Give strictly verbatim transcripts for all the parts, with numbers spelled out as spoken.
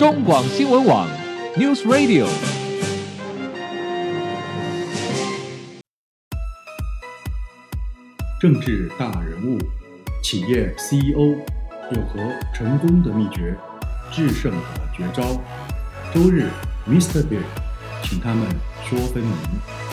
中广新闻网 News Radio。 政治大人物，企业 C E O 有何成功的秘诀、制胜的绝招？周日 Mister Big 请他们说分明。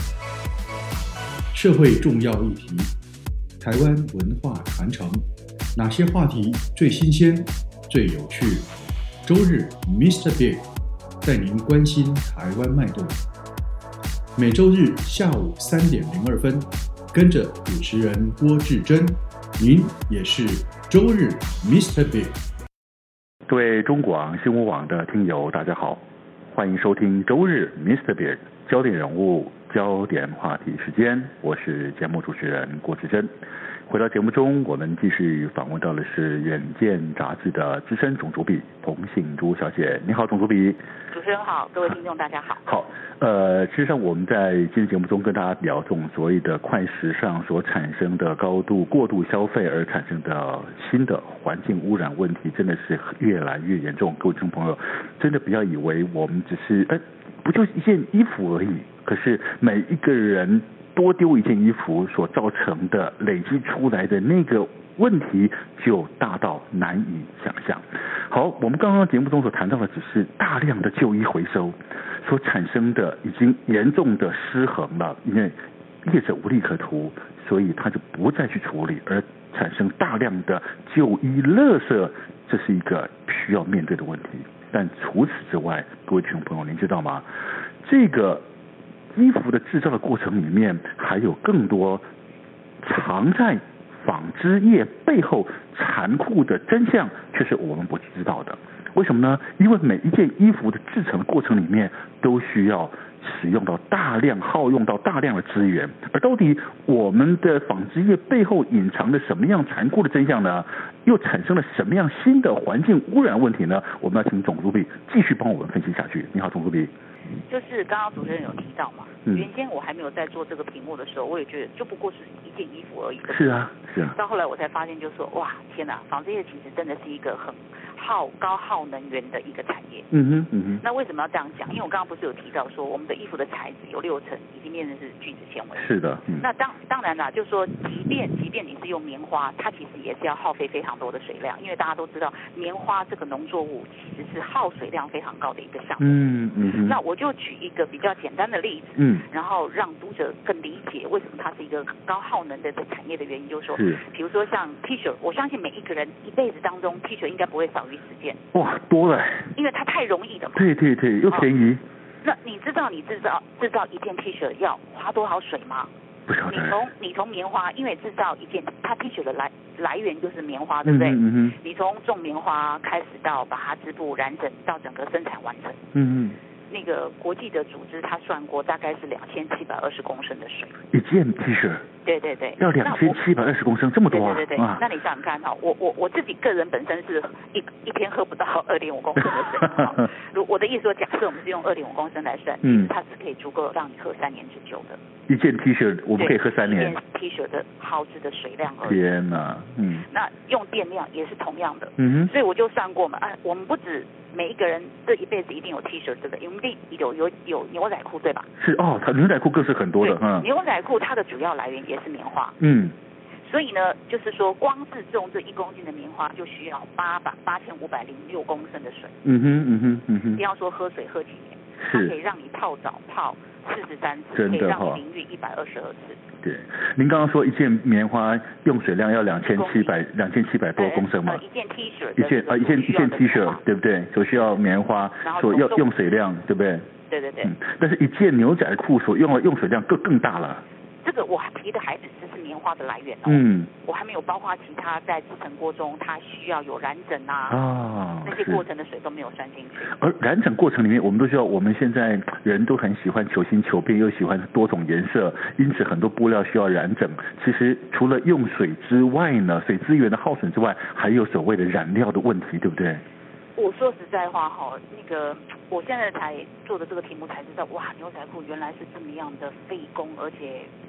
社会重要议题，台湾文化传承，哪些话题最新鲜、最有趣？周日 Mister Big 带您关心台湾脉动。每周日下午三点零二分。跟着主持人郭志珍，您也是周日 Mister Big。 各位中广新闻网的听友，大家好，欢迎收听周日 Mister Big 焦点人物、焦点话题时间，我是节目主持人郭志珍。回到节目中，我们继续访问到的是《远见》杂志的资深总主笔彭信珠小姐。你好，总主笔。 主持人好，各位听众大家好。 好，呃，实际上我们在今天节目中跟大家聊这种所谓的快时尚所产生的高度过度消费而产生的新的环境污染问题，真的是越来越严重。各位听众朋友，真的不要以为我们只是哎，不就是一件衣服而已，可是每一个人多丢一件衣服所造成的累积出来的那个问题就大到难以想象。好，我们刚刚节目中所谈到的只是大量的旧衣回收所产生的已经严重的失衡了，因为业者无利可图，所以他就不再去处理，而产生大量的旧衣垃圾，这是一个需要面对的问题。但除此之外，各位听众朋友，您知道吗？这个衣服的制造的过程里面，还有更多藏在纺织业背后残酷的真相，却是我们不知道的。为什么呢？因为每一件衣服的制成过程里面，都需要使用到大量、耗用到大量的资源。而到底我们的纺织业背后隐藏了什么样残酷的真相呢？又产生了什么样新的环境污染问题呢？我们要请总主笔继续帮我们分析下去。你好，总主笔。 就是刚刚主持人有提到嘛， 嗯、 原先我还没有在做这个题目的时候，我也觉得就不过是一件衣服而已。 是啊，是啊。 到后来我才发现，就是说哇，天哪，纺织业其实真的是一个很耗高耗能源的一个产业。 嗯哼，嗯哼。 那为什么要这样讲？因为我刚刚不是有提到说，我们的衣服的材质有六成已经变成是聚酯纤维。 是的。嗯、 那当当然啦，就是说，即便即便你是用棉花，它其实也是要耗费非常多的水量，因为大家都知道，棉花这个农作物其实是耗水量非常高的一个项目。 嗯嗯嗯。 那我就举一个比较简单的例子， 嗯， 然后让读者更理解为什么它是一个高耗能的产业的原因，就是说， 是， 比如说像 T 恤，我相信每一个人一辈子当中 T 恤应该不会少于十件。 哇，多了， 因为它太容易了嘛。 对对对，又便宜。 哦、那你知道你制造制造一件 T 恤要花多少水吗？ 不晓得。 你从你从棉花，因为制造一件它 T 恤的来来源就是棉花，对不对？ 嗯嗯嗯。 你从种棉花开始到把它织布染整到整个生产完成。 嗯嗯。 那个国际的组织，它算过大概是两千七百二十公升的水。 一件 T 恤。 对对对。 要两千七百二十公升，这么多啊！ 对对对对。那你想想看哈，我我我自己个人本身是一一天喝不到二点五公升的水。如我的意思说，假设我们是用二点五公升来算，嗯，它是可以足够让你喝三年之久的。 一件 T 恤我们可以喝三年。 一件 T 恤的耗资的水量而已。 天哪，嗯。 那用电量也是同样的。 嗯哼。 所以我就算过嘛，哎，我们不止每一个人这一辈子一定有 T 恤，对不对？我们有有有牛仔裤，对吧？ 是哦，它牛仔裤更是很多的，嗯。 牛仔裤它的主要来源也是棉花。 嗯。 所以呢，就是说，光是种这一公斤的棉花就需要八百八千五百零六公升的水。 嗯哼嗯哼嗯哼。 不要说喝水喝几年， 它可以让你泡澡泡四十三次， 真的可以让你淋浴一百二十二次。 对，您刚刚说一件棉花用水量要两千七百两千七百多公升嘛？ 呃，一件 T 恤， 一件啊一件一件 T 恤，对不对？所需要棉花所要用水量，对不对？ 对对对。 嗯，但是一件牛仔裤所用的用水量更更大了。 这个我提的还只是棉花的来源哦， 嗯， 我还没有包括其他在制成过中它需要有染整啊， 哦， 那些过程的水都没有算进去。 而染整过程里面，我们都知道，我们现在人都很喜欢求新求变，又喜欢多种颜色，因此很多布料需要染整。其实除了用水之外呢，水资源的耗损之外，还有所谓的染料的问题，对不对？ 我说实在话哈，那个我现在才做的这个题目才知道，哇，牛仔裤原来是这么样的费工，而且其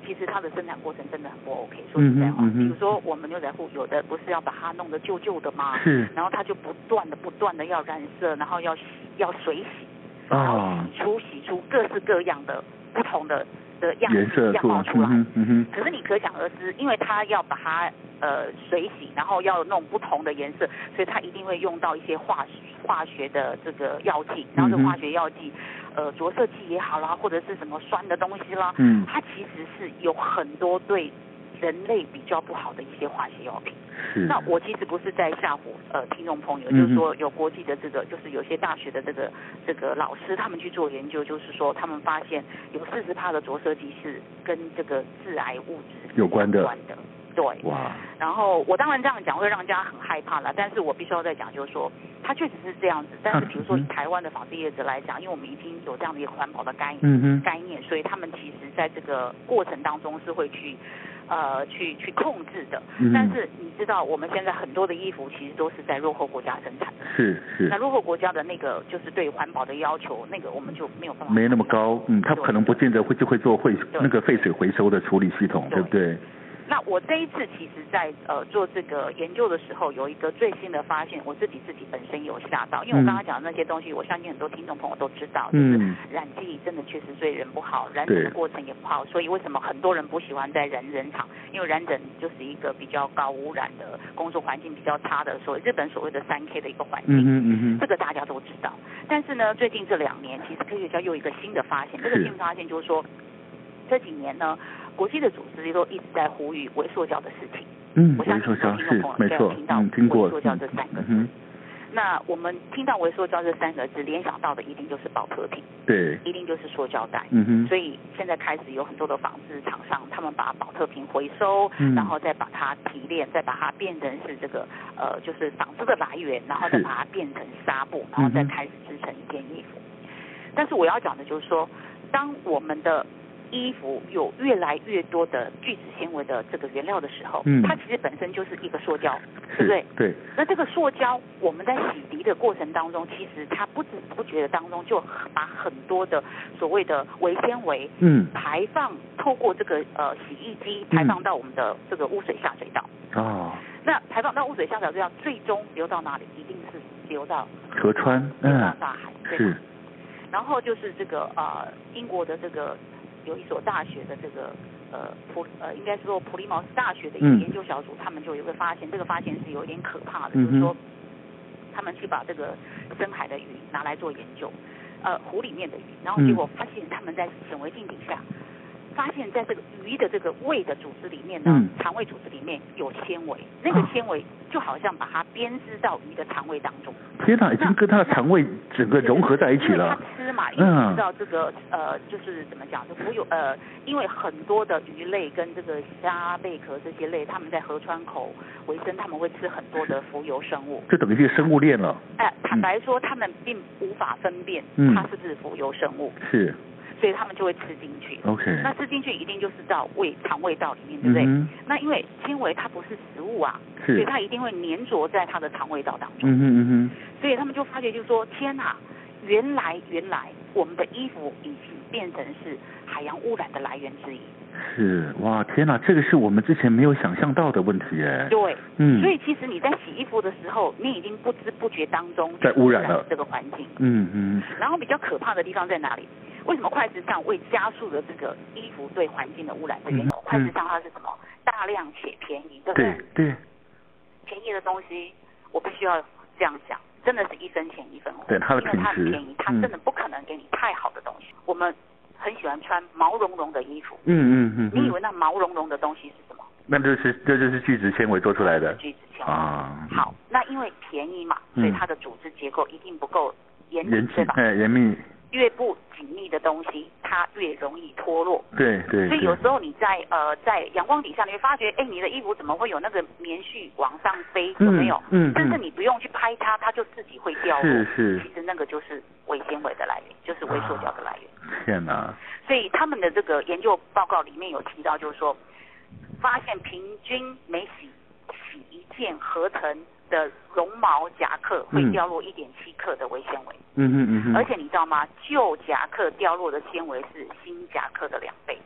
其实它的生产过程真的很不 OK。说实在话，嗯嗯、比如说我们牛仔裤有的不是要把它弄得旧旧的吗？ 是。 然后它就不断的不断的要染色，然后要洗要水洗，然后洗出洗出各式各样的不同的的样子样貌出来。嗯嗯嗯、可是你可想而知，因为它要把它呃水洗，然后要弄不同的颜色，所以它一定会用到一些化化学的这个药剂，然后这化学药剂。呃，着色剂也好啦，或者是什么酸的东西啦，嗯，它其实是有很多对人类比较不好的一些化学药品。 是。 那我其实不是在吓唬呃听众朋友，嗯、就是说有国际的这个，就是有些大学的这个这个老师他们去做研究，就是说他们发现有四十趴的着色剂是跟这个致癌物质有关的。 有关的。对， 哇！ 然后我当然这样讲会让人家很害怕了，但是我必须要再讲，就是说它确实是这样子。但是比如说以台湾的纺织业者来讲，因为我们已经有这样的一个环保的概念、嗯、概念，所以他们其实在这个过程当中是会去呃去去控制的。嗯、但是你知道，我们现在很多的衣服其实都是在落后国家生产的。 是是。 那落后国家的那个就是对环保的要求，那个我们就没有办法。 没那么高，嗯，他可能不见得会就会做会那个废水回收的处理系统， 对, 对不对？ 那我这一次其实在呃做这个研究的时候，有一个最新的发现，我自己自己本身有吓到，因为我刚刚讲的那些东西，我相信很多听众朋友都知道，就是染剂真的确实对人不好，染整的过程也不好，所以为什么很多人不喜欢在染染厂？因为染整就是一个比较高污染的工作环境，比较差的，所谓日本所谓的三 K 的一个环境，嗯嗯嗯这个大家都知道。但是呢，最近这两年，其实科学家又有一个新的发现，这个新的发现就是说，这几年呢。国际的组织都一直在呼吁微塑胶的事情， 嗯， 我相信很多听众朋友都有听到微塑胶这三个字。嗯、那我们听到微塑胶这三个字，联想到的一定就是保特瓶， 对， 一定就是塑胶袋。 嗯哼。 所以现在开始有很多的纺织厂商，他们把保特瓶回收，嗯、然后再把它提炼，再把它变成是这个呃，就是纺织的来源，然后再把它变成纱布，然后再开始织成一件衣服。嗯、但是我要讲的就是说，当我们的衣服有越来越多的聚酯纤维的这个原料的时候，嗯，它其实本身就是一个塑胶，对不对？ 对。 那这个塑胶，我们在洗涤的过程当中，其实它不知不觉的当中就把很多的所谓的微纤维，嗯，排放透过这个呃洗衣机排放到我们的这个污水下水道。 哦。 那排放到污水下水道，最终流到哪里？一定是流到河川， 流到大海， 嗯、是。 然后就是这个呃英国的这个。有一所大学的这个呃普呃应该是说普利茅斯大学的一个研究小组，嗯、他们就有一个发现，这个发现是有一点可怕的，嗯、就是说他们去把这个深海的鱼拿来做研究，呃湖里面的鱼，然后结果发现他们在显微镜底下。发现在这个鱼的这个胃的组织里面呢，嗯、肠胃组织里面有纤维，那个纤维就好像把它编织到鱼的肠胃当中。 天哪，已经跟它的肠胃整个融合在一起了。 因为它吃嘛，因为你知道这个呃，就是怎么讲，就浮游呃，因为很多的鱼类跟这个虾、贝壳这些类，他们在河川口为生，他们会吃很多的浮游生物。 这等于是生物链了。 哎、呃，坦白说，他们并无法分辨它是不是浮游生物。 是。 所以他们就会吃进去。 OK。 那吃进去一定就是到胃肠胃道里面，对不对？嗯、那因为纤维它不是食物啊，所以它一定会粘着在它的肠胃道当中。 嗯哼嗯哼。 所以他们就发觉，就是说，天哪，原来原来我们的衣服已经变成是海洋污染的来源之一。 是哇，天哪，这个是我们之前没有想象到的问题耶。 对，嗯。所以其实你在洗衣服的时候，你已经不知不觉当中在污染了这个环境。 嗯嗯。 然后比较可怕的地方在哪里？为什么快时尚会加速了这个衣服对环境的污染的原因？快时尚它是什么？大量且便宜，对不对？ 对对。 便宜的东西，我必须要这样讲，真的是一分钱一分货。 对，它的品质， 因为它很便宜，它真的不可能给你太好的东西。嗯、我们很喜欢穿毛茸茸的衣服。 嗯嗯嗯。 你以为那毛茸茸的东西是什么？ 那就是这就是聚酯纤维做出来的。 聚酯纤维啊。好，那因为便宜嘛，所以它的组织结构一定不够严密，对吧？ 哎，严密。 越不紧密的东西，它越容易脱落。 对对。 所以有时候你在呃在阳光底下，你会发觉，哎，你的衣服怎么会有那个棉絮往上飞？有没有？嗯。嗯但是你不用去拍它，它就自己会掉落。 是是。 其实那个就是微纤维的来源，就是微塑胶的来源。 啊、天哪！ 所以他们的这个研究报告里面有提到，就是说，发现平均每洗洗一件合成的绒毛夹克会掉落一点七克的微纤维。 嗯哼嗯哼。 而且你知道吗？旧夹克掉落的纤维是新夹克的两倍。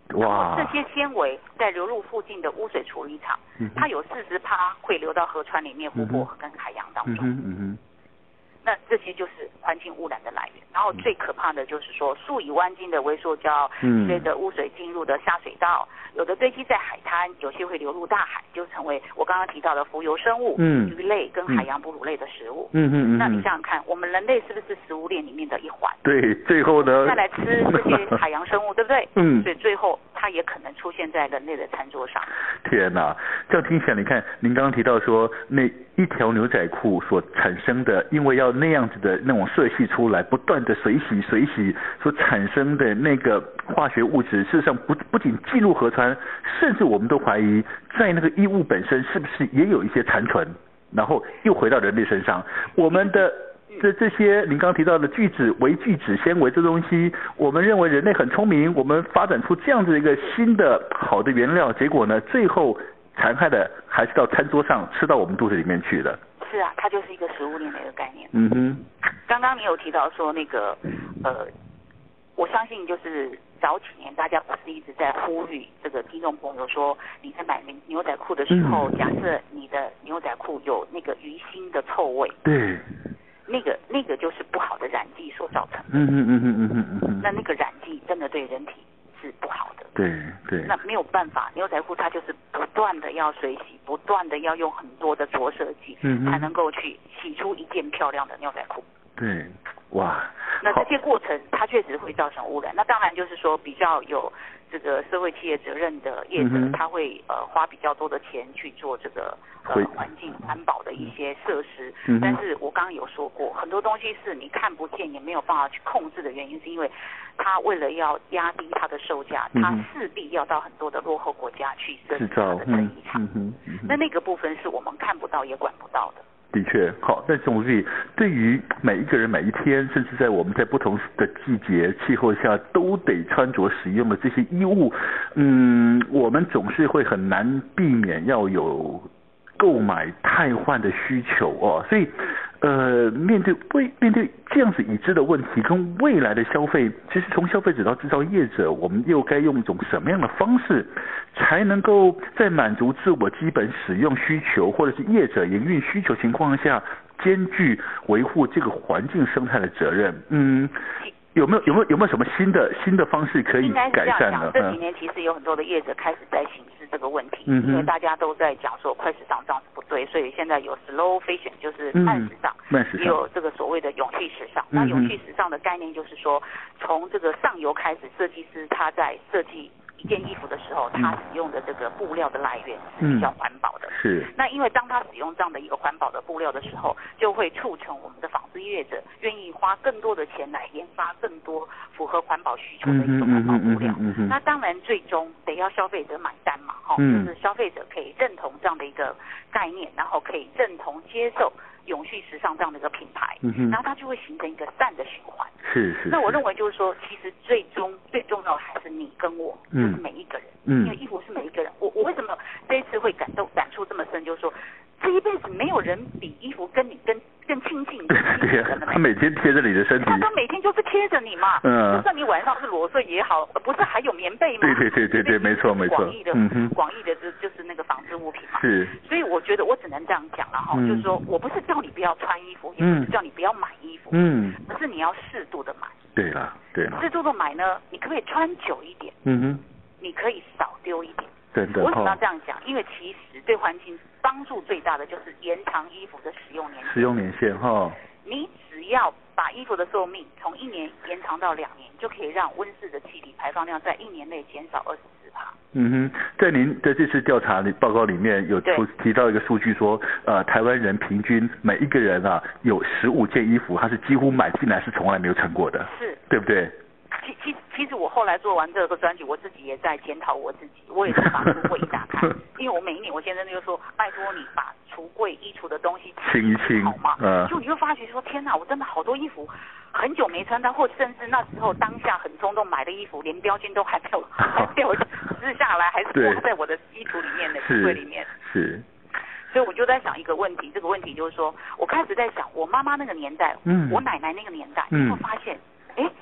哇！ 这些纤维在流入附近的污水处理厂，嗯、它有四十趴会流到河川里面、湖泊跟海洋当中。 嗯嗯嗯那这些就是环境污染的来源。然后最可怕的就是说，数以万斤的微塑胶随着污水进入的下水道，有的堆积在海滩，有些会流入大海，就成为我刚刚提到的浮游生物、嗯、鱼类跟海洋哺乳类的食物。嗯嗯嗯。那你想想看，我们人类是不是食物链里面的一环？ 对，最后呢？ 再来吃这些海洋生物，对不对？嗯。所以最后它也可能出现在人类的餐桌上。 天哪，这样听起来，你看您刚刚提到说，那一条牛仔裤所产生的，因为要那样子的那种色系出来，不断的水洗水洗所产生的那个化学物质，事实上不不仅进入河川，甚至我们都怀疑在那个衣物本身是不是也有一些残存，然后又回到人类身上。我们的这这些您刚刚提到的聚酯、微聚酯纤维这东西，我们认为人类很聪明，我们发展出这样子一个新的好的原料，结果呢，最后残害的还是到餐桌上吃到我们肚子里面去的。 是啊，它就是一个食物链的一个概念。 嗯哼。 刚刚你有提到说那个呃，我相信就是早几年大家不是一直在呼吁这个听众朋友说，你在买牛仔裤的时候，嗯、假设你的牛仔裤有那个鱼腥的臭味， 对， 那个那个就是不好的染剂所造成的。 嗯嗯嗯嗯嗯嗯嗯。 那那个染剂真的对人体是不好的。 对对。 那没有办法，牛仔裤它就是不断的要水洗，不断的要用很多的着色剂，嗯、才能够去洗出一件漂亮的牛仔裤。 对，哇！ 那这些过程它确实会造成污染。那当然就是说比较有这个社会企业责任的业者，嗯、他会呃花比较多的钱去做这个呃环境环保的一些设施。嗯、但是我刚刚有说过，很多东西是你看不见也没有办法去控制的原因，是因为它为了要压低它的售价，它势必要到很多的落后国家去设置它的生意场。嗯嗯、那那个部分是我们看不到也管不到的。 的确，好，在总之，对于每一个人每一天，甚至在我们在不同的季节、气候下，都得穿着使用的这些衣物，嗯，我们总是会很难避免要有购买汰换的需求哦，所以，呃，面对未面对这样子已知的问题跟未来的消费，其实从消费者到制造业者，我们又该用一种什么样的方式，才能够在满足自我基本使用需求或者是业者营运需求情况下，兼具维护这个环境生态的责任？嗯。有没有有没有有没有什么新的新的方式可以改善呢？ 这几年其实有很多的业者开始在审视这个问题，嗯、因为大家都在讲说快时尚这样子不对，所以现在有 slow fashion 就是慢时尚，嗯、慢时尚也有这个所谓的永续时尚。嗯、那永续时尚的概念就是说，从这个上游开始，设计师他在设计一件衣服的时候，他使用的这个布料的来源是比较环保的。 嗯、是。 那因为当他使用这样的一个环保的布料的时候，就会促成我们的纺织业者愿意花更多的钱来研发更多符合环保需求的一种环保布料。嗯嗯嗯嗯嗯、那当然最终得要消费者买单嘛，哈、嗯，就是消费者可以认同这样的一个概念，然后可以认同接受永续时尚这样的一个品牌，嗯、然后它就会形成一个善的循环。 是是。 那我认为就是说，其实最终最重要的还是你跟我，嗯、就是每一个人，嗯、因为衣服是每一个人。我我为什么这一次会感动感触这么深，就是说这一辈子没有人比衣服跟你更更亲近。 对对呀，他每天贴着你的身体。 他他每天就是贴着你嘛，嗯，就算你晚上是裸睡也好，不是还有棉被吗？ 对对对对对，没错没错。 广义的嗯广义的就就是那个纺织物品嘛。 是。 所以我觉得我只能这样讲了哈，嗯、就是说我不是叫你不要穿衣服，也不是叫你不要买衣服，嗯，而是你要适度的买。 对了对了。 适度的买呢，你可不可以穿久一点？嗯哼。你可以少丢一点。 真的。 为什么要这样讲？因为其实对环境帮助最大的就是延长衣服的使用年限。 使用年限哈。 你只要把衣服的寿命从一年延长到两年，就可以让温室的气体排放量在一年内减少二十四趴。 嗯哼，在您的这次调查里报告里面有出提到一个数据说，呃，台湾人平均每一个人啊有十五件衣服，他是几乎买进来是从来没有穿过的， 是， 对不对？ 其其其实我后来做完这个专辑，我自己也在检讨我自己，我也是把橱柜一打开，因为我每一年我先生就说，拜托你把橱柜衣橱的东西清一清好嘛， 嗯， 就你会发觉说，天哪，我真的好多衣服很久没穿到，或甚至那时候当下很冲动买的衣服，连标签都还没有还没有撕下来，还是挂在我的衣橱里面的橱柜里面。 是。 所以我就在想一个问题，这个问题就是说，我开始在想，我妈妈那个年代，嗯，我奶奶那个年代，你会发现，哎。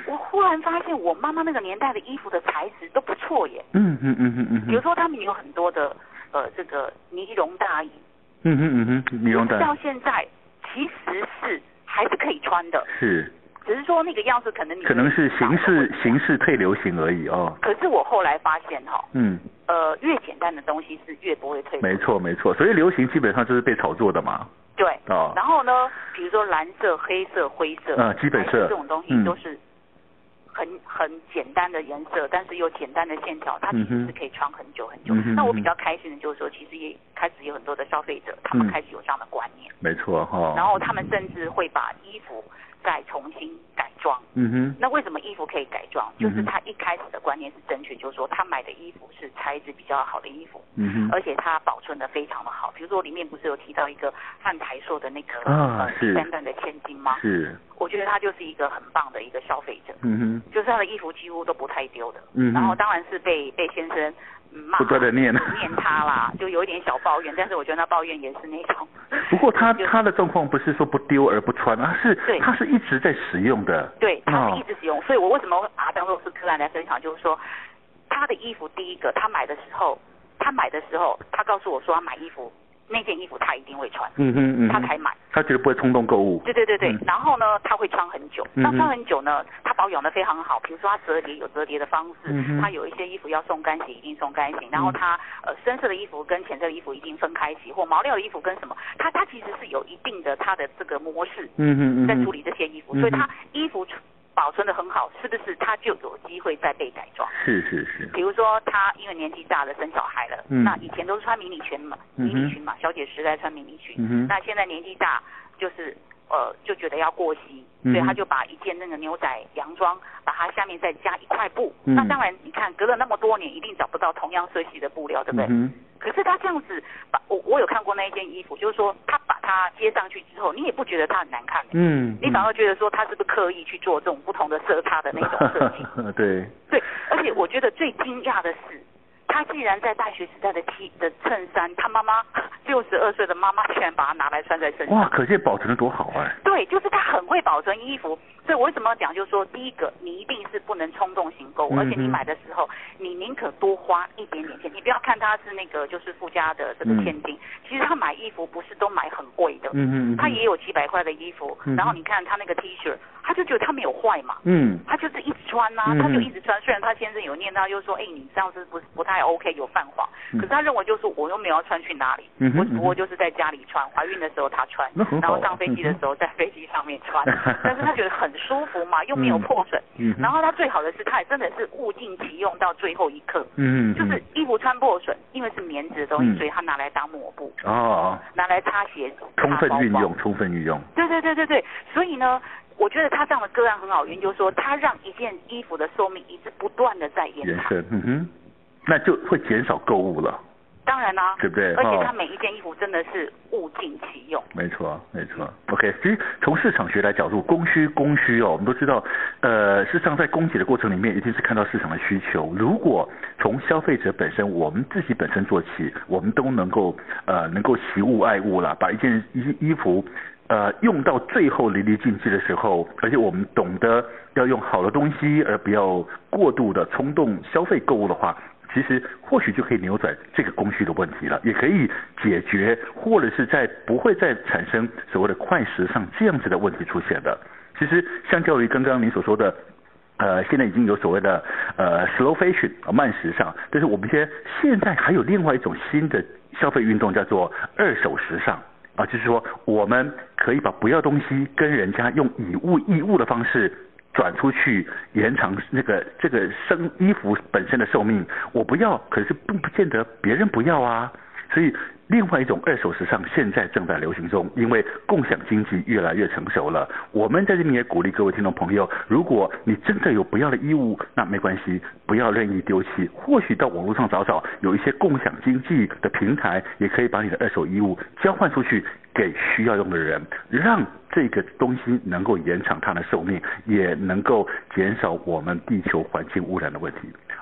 我忽然发现我妈妈那个年代的衣服的材质都不错耶。 嗯嗯嗯嗯嗯。 比如说他们有很多的呃这个呢绒大衣。 嗯哼嗯哼，呢绒大衣。 到现在其实是还是可以穿的。 是。 只是说那个样子可能你可能是形式形式退流行而已哦。 可是我后来发现哈、哦， 嗯， 呃，越简单的东西是越不会退流行。 没错没错，所以流行基本上就是被炒作的嘛。 对。 哦。 然后呢，比如说蓝色、黑色、灰色， 啊、呃，基本色这种东西都是很、嗯、很简单的颜色，但是又简单的线条，它其实是可以穿很久很久。嗯、那我比较开心的就是说，其实也开始有很多的消费者，他们开始有这样的观念。 没错哈、哦。 然后他们甚至会把衣服再重新改装。 嗯哼。 那为什么衣服可以改装？就是他一开始的观念是正确，就是说他买的衣服是材质比较好的衣服， 嗯哼， 而且它保存的非常的好。比如说里面不是有提到一个汉台塑的那个啊，是单单的千金吗？ 是。 我觉得他就是一个很棒的一个消费者。 嗯哼。 就是他的衣服几乎都不太丢的。 嗯。 然后当然是被被先生骂， 不断的念念他啦，就有一点小抱怨，但是我觉得那抱怨也是那种。 不过他他的状况不是说不丢而不穿，而是他是一直在使用的。 对，他是一直使用，哦、所以我为什么会把它当做是个案来分享，就是说他的衣服第一个，他买的时候，他买的时候，他告诉我说他买衣服。那件衣服他一定会穿， 嗯哼嗯哼， 他才买， 他绝对不会冲动购物。 对对对对，嗯、然后呢，他会穿很久，那、 嗯、 穿很久呢，他保养的非常好，比如说他折叠有折叠的方式， 嗯、 他有一些衣服要送干洗一定送干洗，然后他呃深色的衣服跟浅色的衣服一定分开洗，或毛料的衣服跟什么，他他其实是有一定的他的这个模式， 嗯哼嗯， 在处理这些衣服， 嗯、 所以他衣服保存的很好，是不是他就有机会再被改装？ 是是是。 比如说他因为年纪大了生小孩了， 嗯、 那以前都是穿迷你裙嘛，迷你裙嘛，小姐时代穿迷你裙， 嗯、 那现在年纪大就是呃就觉得要过膝，所以他就把一件那个牛仔洋装，把它下面再加一块布。 嗯、 那当然你看隔了那么多年，一定找不到同样色系的布料，对不对？ 嗯、 可是他这样子把我我有看过那一件衣服，就是说他把它接上去之后，你也不觉得它很难看， 嗯， 你反而觉得说他是不是刻意去做这种不同的色差的那种设计？ 对对，而且我觉得最惊讶的是，他既然在大学时代的 T 的衬衫，他妈妈六十二岁的妈妈竟然把它拿来穿在身上， 哇，可见保存的多好哎、欸。 对，就是他很会保存衣服，所以我为什么要讲，就是说，第一个，你一定是不能冲动型购物， 嗯、 而且你买的时候，你宁可多花一点点钱，你不要看他是那个就是富家的这个千金，嗯、其实他买衣服不是都买很贵的， 嗯嗯， 他也有几百块的衣服， 嗯、 然后你看他那个 T 恤，他就觉得他没有坏嘛， 嗯， 他就是一直穿呐、啊嗯，他就一直穿，虽然他先生有念他，就说，哎，你这样子不不太 OK， 有泛黄，可是他认为就是说我又没有要穿去哪里， 嗯、 我只不过就是在家里穿，怀孕的时候他穿，然后上飞机的时候在飞机上面穿，但是他觉得很舒服嘛，又没有破损， 嗯、 然后他最好的是他也真的是物尽其用到最后一刻， 嗯， 就是衣服穿破损，因为是棉质的东西， 嗯、 所以他拿来当抹布， 哦， 拿来擦鞋子， 充分运用，充分运用， 对对对对对，所以呢。我觉得他这样的个案很好，原因就是说，他让一件衣服的寿命一直不断的在延长， 嗯哼，那就会减少购物了。 当然啦、啊， 对不对？ 而且他每一件衣服真的是物尽其用。 没错，没错。OK， 其实从市场学来角度，供需供需哦，我们都知道，呃，事实上在供给的过程里面，一定是看到市场的需求。如果从消费者本身，我们自己本身做起，我们都能够呃能够惜物爱物啦，把一件衣衣服。呃，用到最后淋漓尽致的时候，而且我们懂得要用好的东西，而不要过度的冲动消费购物的话，其实或许就可以扭转这个供需的问题了，也可以解决，或者是在不会再产生所谓的快时尚这样子的问题出现的。其实相较于刚刚您所说的。呃，现在已经有所谓的呃 slow fashion 慢时尚，但是我们现在现在还有另外一种新的消费运动，叫做二手时尚啊，就是说我们可以把不要东西跟人家用以物易物的方式转出去，延长那个这个生衣服本身的寿命。我不要，可是并不见得别人不要啊。所以另外一种二手时尚现在正在流行中，因为共享经济越来越成熟了。我们在这边也鼓励各位听众朋友，如果你真的有不要的衣物，那没关系，不要任意丢弃，或许到网络上找找有一些共享经济的平台，也可以把你的二手衣物交换出去给需要用的人，让这个东西能够延长它的寿命，也能够减少我们地球环境污染的问题。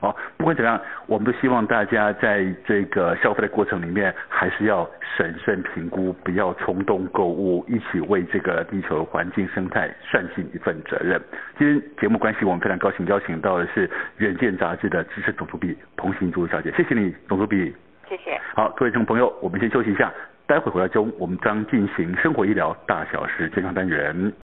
好，不管怎样，我们都希望大家在这个消费的过程里面，还是要审慎评估，不要冲动购物，一起为这个地球环境生态善尽一份责任。今天节目关系，我们非常高兴邀请到的是《远见》杂志的资深总主笔彭欣珠小姐，谢谢你，总主笔。 谢谢。 好，各位听众朋友，我们先休息一下，待会回来中我们将进行生活医疗大小事健康单元。